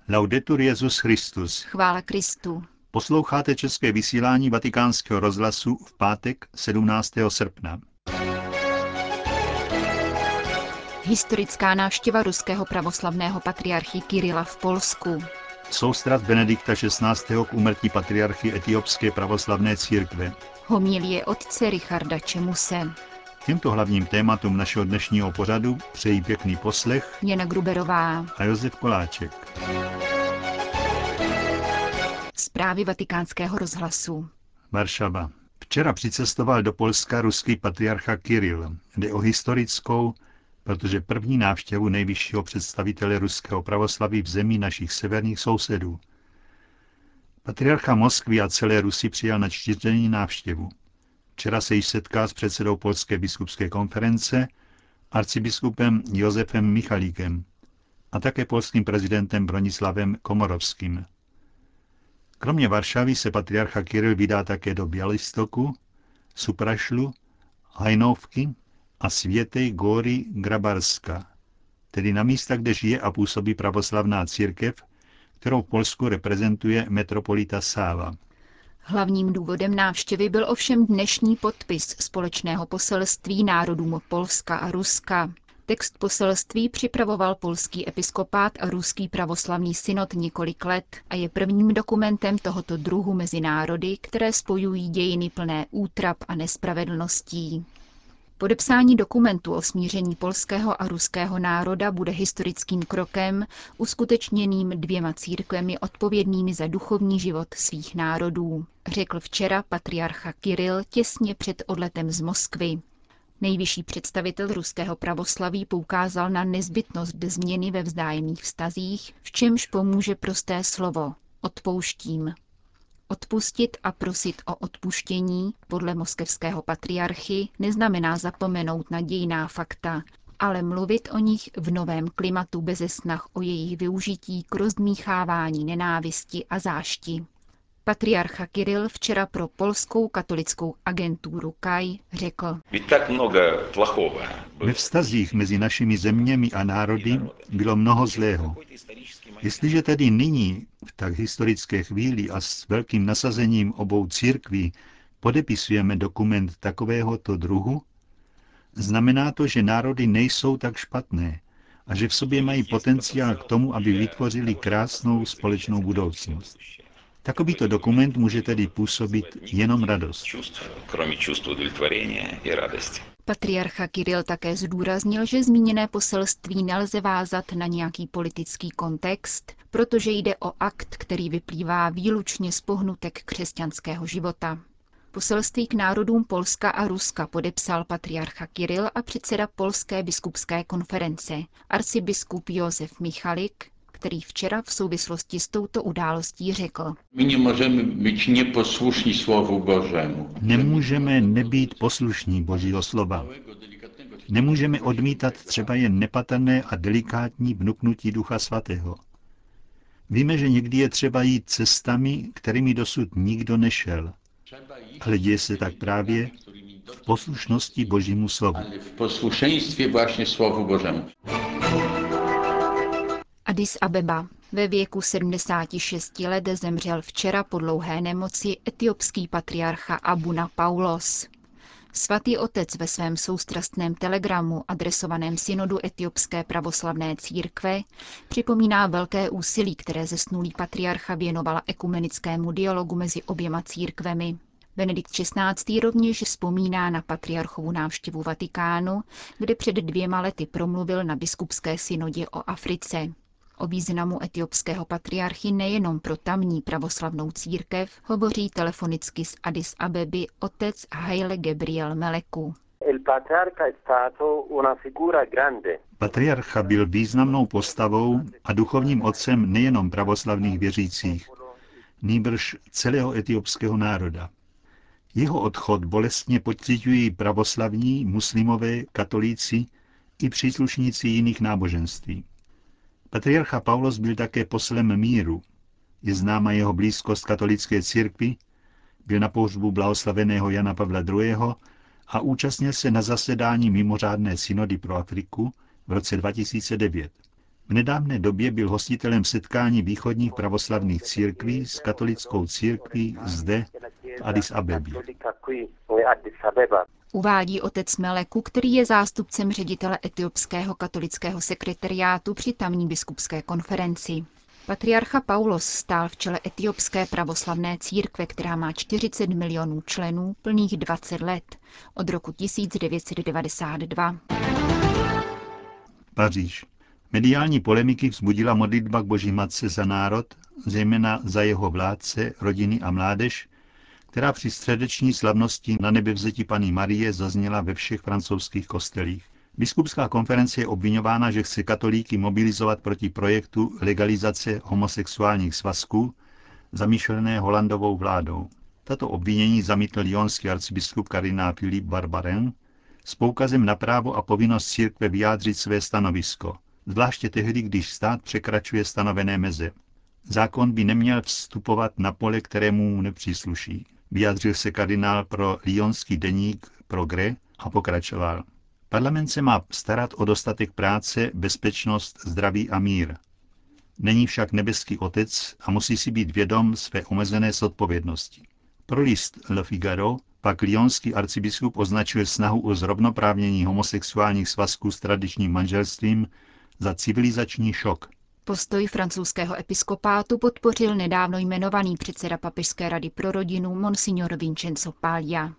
Laudetur Jesus Christus. Chvála Kristu. Posloucháte české vysílání Vatikánského rozhlasu v pátek 17. srpna. Historická návštěva ruského pravoslavného patriarchy Kirila v Polsku. Soustrast Benedikta XVI. K úmrtí patriarchy Etiopské pravoslavné církve. Homilie otce Richarda Čemuse. Těmto hlavním tématům našeho dnešního pořadu přejí pěkný poslech Jana Gruberová a Josef Koláček. Zprávy Vatikánského rozhlasu. Varšava. Včera přicestoval do Polska ruský patriarcha Kiril. Jde o historickou, protože první návštěvu nejvyššího představitele ruského pravoslaví v zemi našich severních sousedů. Patriarcha Moskvy a celé Rusy přijal na 4denní návštěvu. Včera se již setká s předsedou Polské biskupské konference, arcibiskupem Josefem Michalíkem a také polským prezidentem Bronislavem Komorovským. Kromě Varšavy se patriarcha Kiril vydá také do Bělistoku, Suprašlu, Hajnovky a Světej Góry Grabarska, tedy na místa, kde žije a působí pravoslavná církev, kterou v Polsku reprezentuje metropolita Sáva. Hlavním důvodem návštěvy byl ovšem dnešní podpis společného poselství národům Polska a Ruska. Text poselství připravoval polský episkopát a ruský pravoslavný synod několik let a je prvním dokumentem tohoto druhu mezi národy, které spojují dějiny plné útrap a nespravedlností. Podepsání dokumentu o smíření polského a ruského národa bude historickým krokem, uskutečněným dvěma církvemi odpovědnými za duchovní život svých národů, řekl včera patriarcha Kiril těsně před odletem z Moskvy. Nejvyšší představitel ruského pravoslaví poukázal na nezbytnost změny ve vzájemných vztazích, v čemž pomůže prosté slovo – odpouštím. Odpustit a prosit o odpuštění, podle moskevského patriarchy, neznamená zapomenout na dějinná fakta, ale mluvit o nich v novém klimatu beze snah o jejich využití k rozdmíchávání nenávisti a zášti. Patriarcha Kiril včera pro polskou katolickou agenturu KAI řekl: Ve vztazích mezi našimi zeměmi a národy bylo mnoho zlého. Jestliže tedy nyní, v tak historické chvíli a s velkým nasazením obou církví podepisujeme dokument takovéhoto druhu, znamená to, že národy nejsou tak špatné a že v sobě mají potenciál k tomu, aby vytvořili krásnou společnou budoucnost. Takovýto dokument může tedy působit jenom radost. Patriarcha Kiril také zdůraznil, že zmíněné poselství nelze vázat na nějaký politický kontext, protože jde o akt, který vyplývá výlučně z pohnutek křesťanského života. Poselství k národům Polska a Ruska podepsal patriarcha Kiril a předseda Polské biskupské konference, arcibiskup Josef Michalik, který včera v souvislosti s touto událostí řekl: Nemůžeme nebýt poslušní Božího slova. Nemůžeme odmítat třeba jen nepatrné a delikátní vnuknutí Ducha Svatého. Víme, že někdy je třeba jít cestami, kterými dosud nikdo nešel. Ale děje se tak právě v poslušnosti Božímu slovu. Addis Abeba. Ve věku 76 let zemřel včera po dlouhé nemoci etiopský patriarcha Abuna Paulos. Svatý otec ve svém soustrastném telegramu adresovaném synodu Etiopské pravoslavné církve připomíná velké úsilí, které zesnulý patriarcha věnovala ekumenickému dialogu mezi oběma církvemi. Benedikt XVI. Rovněž vzpomíná na patriarchovu návštěvu Vatikánu, kde před 2 lety promluvil na biskupské synodě o Africe. O významu etiopského patriarchy nejenom pro tamní pravoslavnou církev hovoří telefonicky z Addis Abeby otec Haile Gebriel Meleku. Patriarcha byl významnou postavou a duchovním otcem nejenom pravoslavných věřících, nýbrž celého etiopského národa. Jeho odchod bolestně pociťují pravoslavní, muslimové, katolíci i příslušníci jiných náboženství. Patriarcha Paulos byl také poslem míru. Je známa jeho blízkost katolické církvi, byl na pohřbu blahoslaveného Jana Pavla II. A účastnil se na zasedání mimořádné synody pro Afriku v roce 2009. V nedávné době byl hostitelem setkání východních pravoslavných církví s katolickou církví zde v Addis Abebě. Uvádí otec Meleku, který je zástupcem ředitele etiopského katolického sekretariátu při tamní biskupské konferenci. Patriarcha Paulos stál v čele etiopské pravoslavné církve, která má 40 milionů členů plných 20 let, od roku 1992. Paříž. Mediální polemiky vzbudila modlitba k Boží matce za národ, zejména za jeho vládce, rodiny a mládež, která při středeční slavnosti na nebevzetí Panny Marie zazněla ve všech francouzských kostelích. Biskupská konference je obviňována, že chce katolíky mobilizovat proti projektu legalizace homosexuálních svazků, zamýšlené Hollandovou vládou. Tato obvinění zamítl lyonský arcibiskup kardinál Philippe Barbarin s poukazem na právo a povinnost církve vyjádřit své stanovisko, zvláště tehdy, když stát překračuje stanovené meze. Zákon by neměl vstupovat na pole, kterému mu nepřísluší. Vyjádřil se kardinál pro lyonský deník Progrès a pokračoval. Parlament se má starat o dostatek práce, bezpečnost, zdraví a mír. Není však nebeský otec a musí si být vědom své omezené zodpovědnosti. Pro list Le Figaro pak lyonský arcibiskup označil snahu o zrovnoprávnění homosexuálních svazků s tradičním manželstvím za civilizační šok. Postoj francouzského episkopátu podpořil nedávno jmenovaný předseda Papežské rady pro rodinu Monsignor Vincenzo Paglia.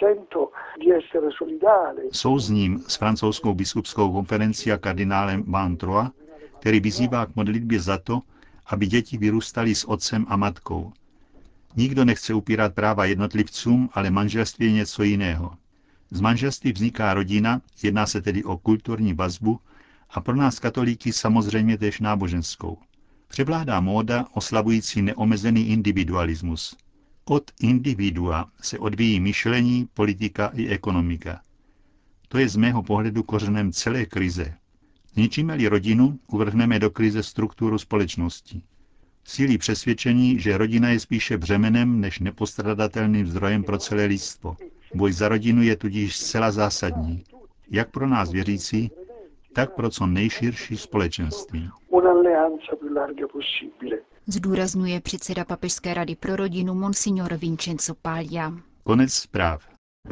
Souzním s francouzskou biskupskou konferencí a kardinálem Bantroa, který vyzývá k modlitbě za to, aby děti vyrůstaly s otcem a matkou. Nikdo nechce upírat práva jednotlivcům, ale manželství je něco jiného. Z manželství vzniká rodina, jedná se tedy o kulturní vazbu a pro nás katolíky samozřejmě též náboženskou. Převládá móda oslavující neomezený individualismus. Od individua se odvíjí myšlení, politika i ekonomika. To je z mého pohledu kořenem celé krize. Zničíme-li rodinu, uvrhneme do krize strukturu společnosti. Sílí přesvědčení, že rodina je spíše břemenem než nepostradatelným zdrojem pro celé lidstvo. Boj za rodinu je tudíž zcela zásadní, jak pro nás věřící, tak pro co nejširší společenství. Zdůrazňuje předseda Papežské rady pro rodinu Monsignor Vincenzo Paglia. Konec zpráv.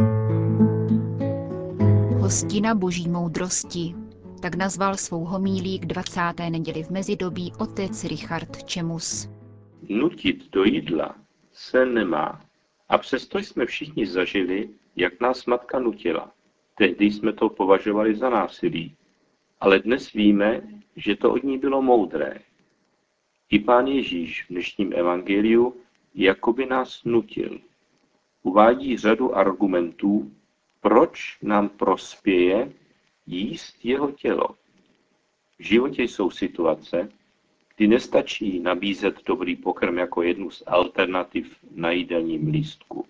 Hostina boží moudrosti. Tak nazval svou homílí k 20. neděli v mezidobí otec Richard Čemus. Nutit do jídla se nemá. A přesto jsme všichni zažili, jak nás matka nutila. Tehdy jsme to považovali za násilí. Ale dnes víme, že to od ní bylo moudré. I Pán Ježíš v dnešním evangeliu jakoby nás nutil. Uvádí řadu argumentů, proč nám prospěje jíst jeho tělo. V životě jsou situace, kdy nestačí nabízet dobrý pokrm jako jednu z alternativ na jídelním lístku.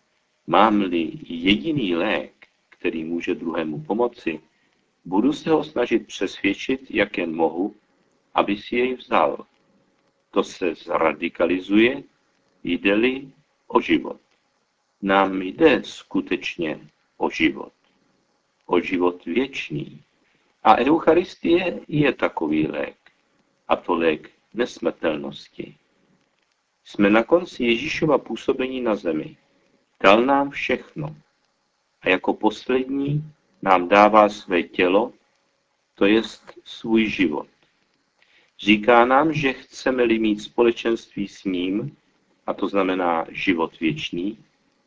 Mám-li jediný lék, který může druhému pomoci, budu se ho snažit přesvědčit, jak jen mohu, aby si jej vzal. To se zradikalizuje, jde-li o život. Nám jde skutečně o život. O život věčný. A Eucharistie je takový lék. A to lék nesmrtelnosti. Jsme na konci Ježíšova působení na zemi. Dal nám všechno. A jako poslední nám dává své tělo, to jest svůj život. Říká nám, že chceme-li mít společenství s ním, a to znamená život věčný,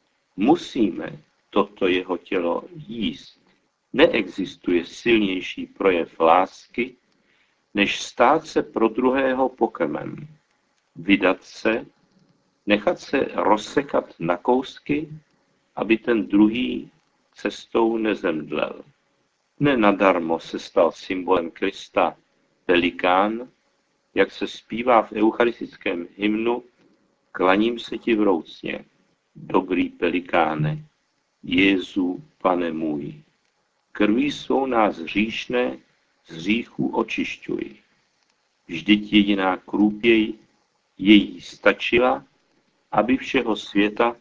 musíme toto jeho tělo jíst. Neexistuje silnější projev lásky, než stát se pro druhého pokrmem, vydat se, nechat se rozsekat na kousky, aby ten druhý cestou nezemdlel. Nenadarmo se stal symbolem Krista pelikán, jak se zpívá v eucharistickém hymnu Klaním se ti vroucně, dobrý pelikáne, Jezu, Pane můj. Krví svou nás hříšné z hříchů očišťuj. Vždyť jediná krůpěj její stačila, aby všeho světa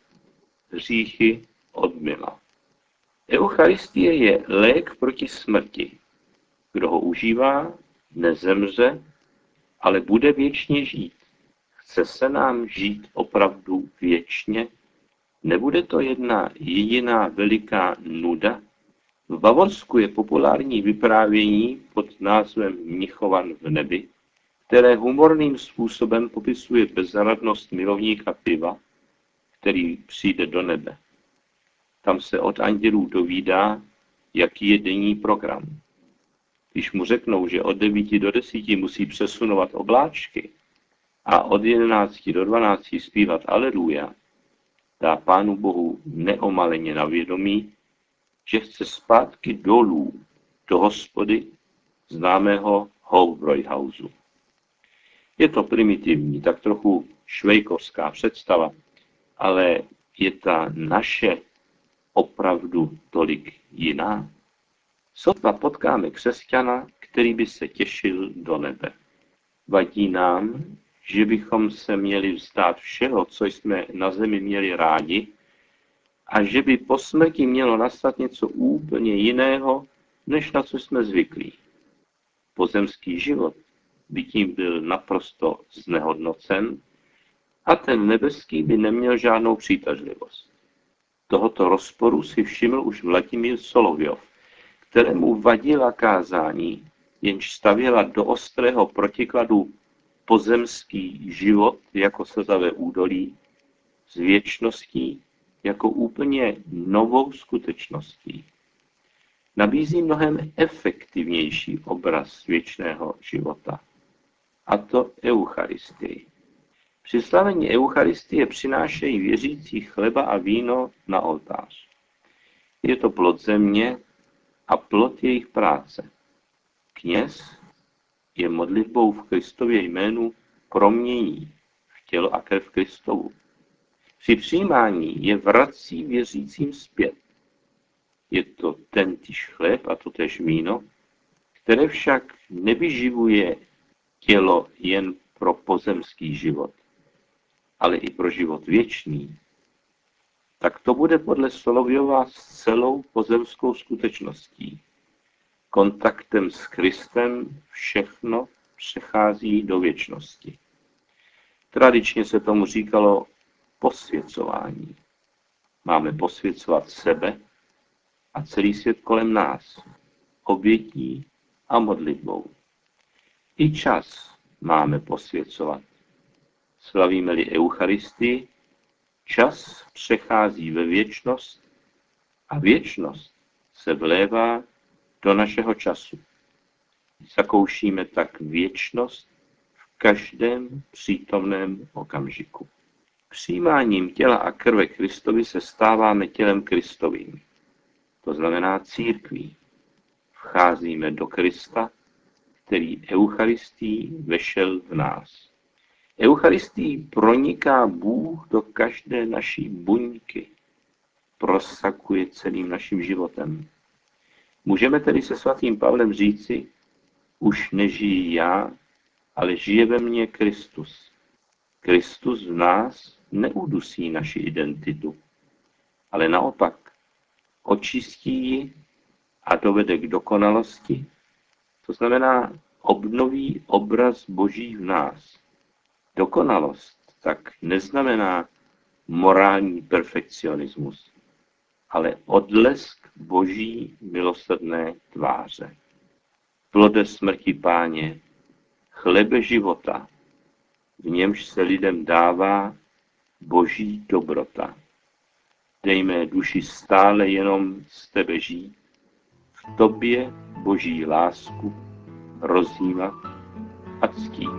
hříchy odmyla. Eucharistie je lék proti smrti. Kdo ho užívá, nezemře, ale bude věčně žít. Chce se nám žít opravdu věčně? Nebude to jedna jediná veliká nuda? V Bavorsku je populární vyprávění pod názvem Mnichovan v nebi, které humorným způsobem popisuje bezradnost milovníka piva, který přijde do nebe. Tam se od andělů dovídá, jaký je denní program. Když mu řeknou, že od 9 do 10 musí přesunovat obláčky a od 11 do 12 zpívat Aleluja, dá Pánu Bohu neomaleně na vědomí, že chce zpátky dolů do hospody známého Hofbräuhausu. Je to primitivní, tak trochu švejkovská představa, ale je ta naše opravdu tolik jiná? Sotva potkáme křesťana, který by se těšil do nebe. Vadí nám, že bychom se měli vzdát všeho, co jsme na zemi měli rádi, a že by po smrti mělo nastat něco úplně jiného, než na co jsme zvyklí. Pozemský život by tím byl naprosto znehodnocen a ten nebeský by neměl žádnou přitažlivost. Tohoto rozporu si všiml už Vladimír Solovjov, kterému vadila kázání, jenž stavěla do ostrého protikladu pozemský život jako slzavé údolí s věčností jako úplně novou skutečností. Nabízí mnohem efektivnější obraz věčného života, a to Eucharistii. Při slavení Eucharistie přinášejí věřící chleba a víno na oltář. Je to plod země a plod jejich práce. Kněz je modlitbou v Kristově jménu promění v tělo a krev Kristovu. Při přijímání je vrací věřícím zpět. Je to tentýž chléb a totéž víno, které však nevyživuje tělo jen pro pozemský život, ale i pro život věčný. Tak to bude podle Solovjova s celou pozemskou skutečností. Kontaktem s Kristem všechno přechází do věčnosti. Tradičně se tomu říkalo posvěcování. Máme posvěcovat sebe a celý svět kolem nás, obětí a modlitbou. I čas máme posvěcovat. Slavíme-li Eucharistii, čas přechází ve věčnost a věčnost se vlévá do našeho času. Zakoušíme tak věčnost v každém přítomném okamžiku. Přijímáním těla a krve Kristovi se stáváme tělem Kristovým. To znamená církví. Vcházíme do Krista, který Eucharistií vešel v nás. Eucharistií proniká Bůh do každé naší buňky. Prosakuje celým naším životem. Můžeme tedy se svatým Pavlem říci, už nežiji já, ale žije ve mně Kristus. Kristus v nás neudusí naši identitu, ale naopak očistí ji a dovede k dokonalosti. To znamená, obnoví obraz Boží v nás. Dokonalost tak neznamená morální perfekcionismus, ale odlesk Boží milosrdné tváře. Plode smrti Páně, chlebe života, v němž se lidem dává Boží dobrota. Dej mé duši stále jenom z tebe žít, v tobě Boží lásku rozjímat a ctít.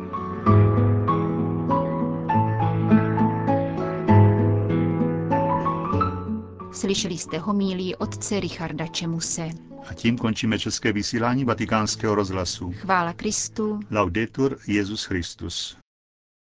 Slyšeli jste homílii otce Richarda Čemuse. A tím končíme české vysílání Vatikánského rozhlasu. Chvála Kristu. Laudetur Jesus Christus.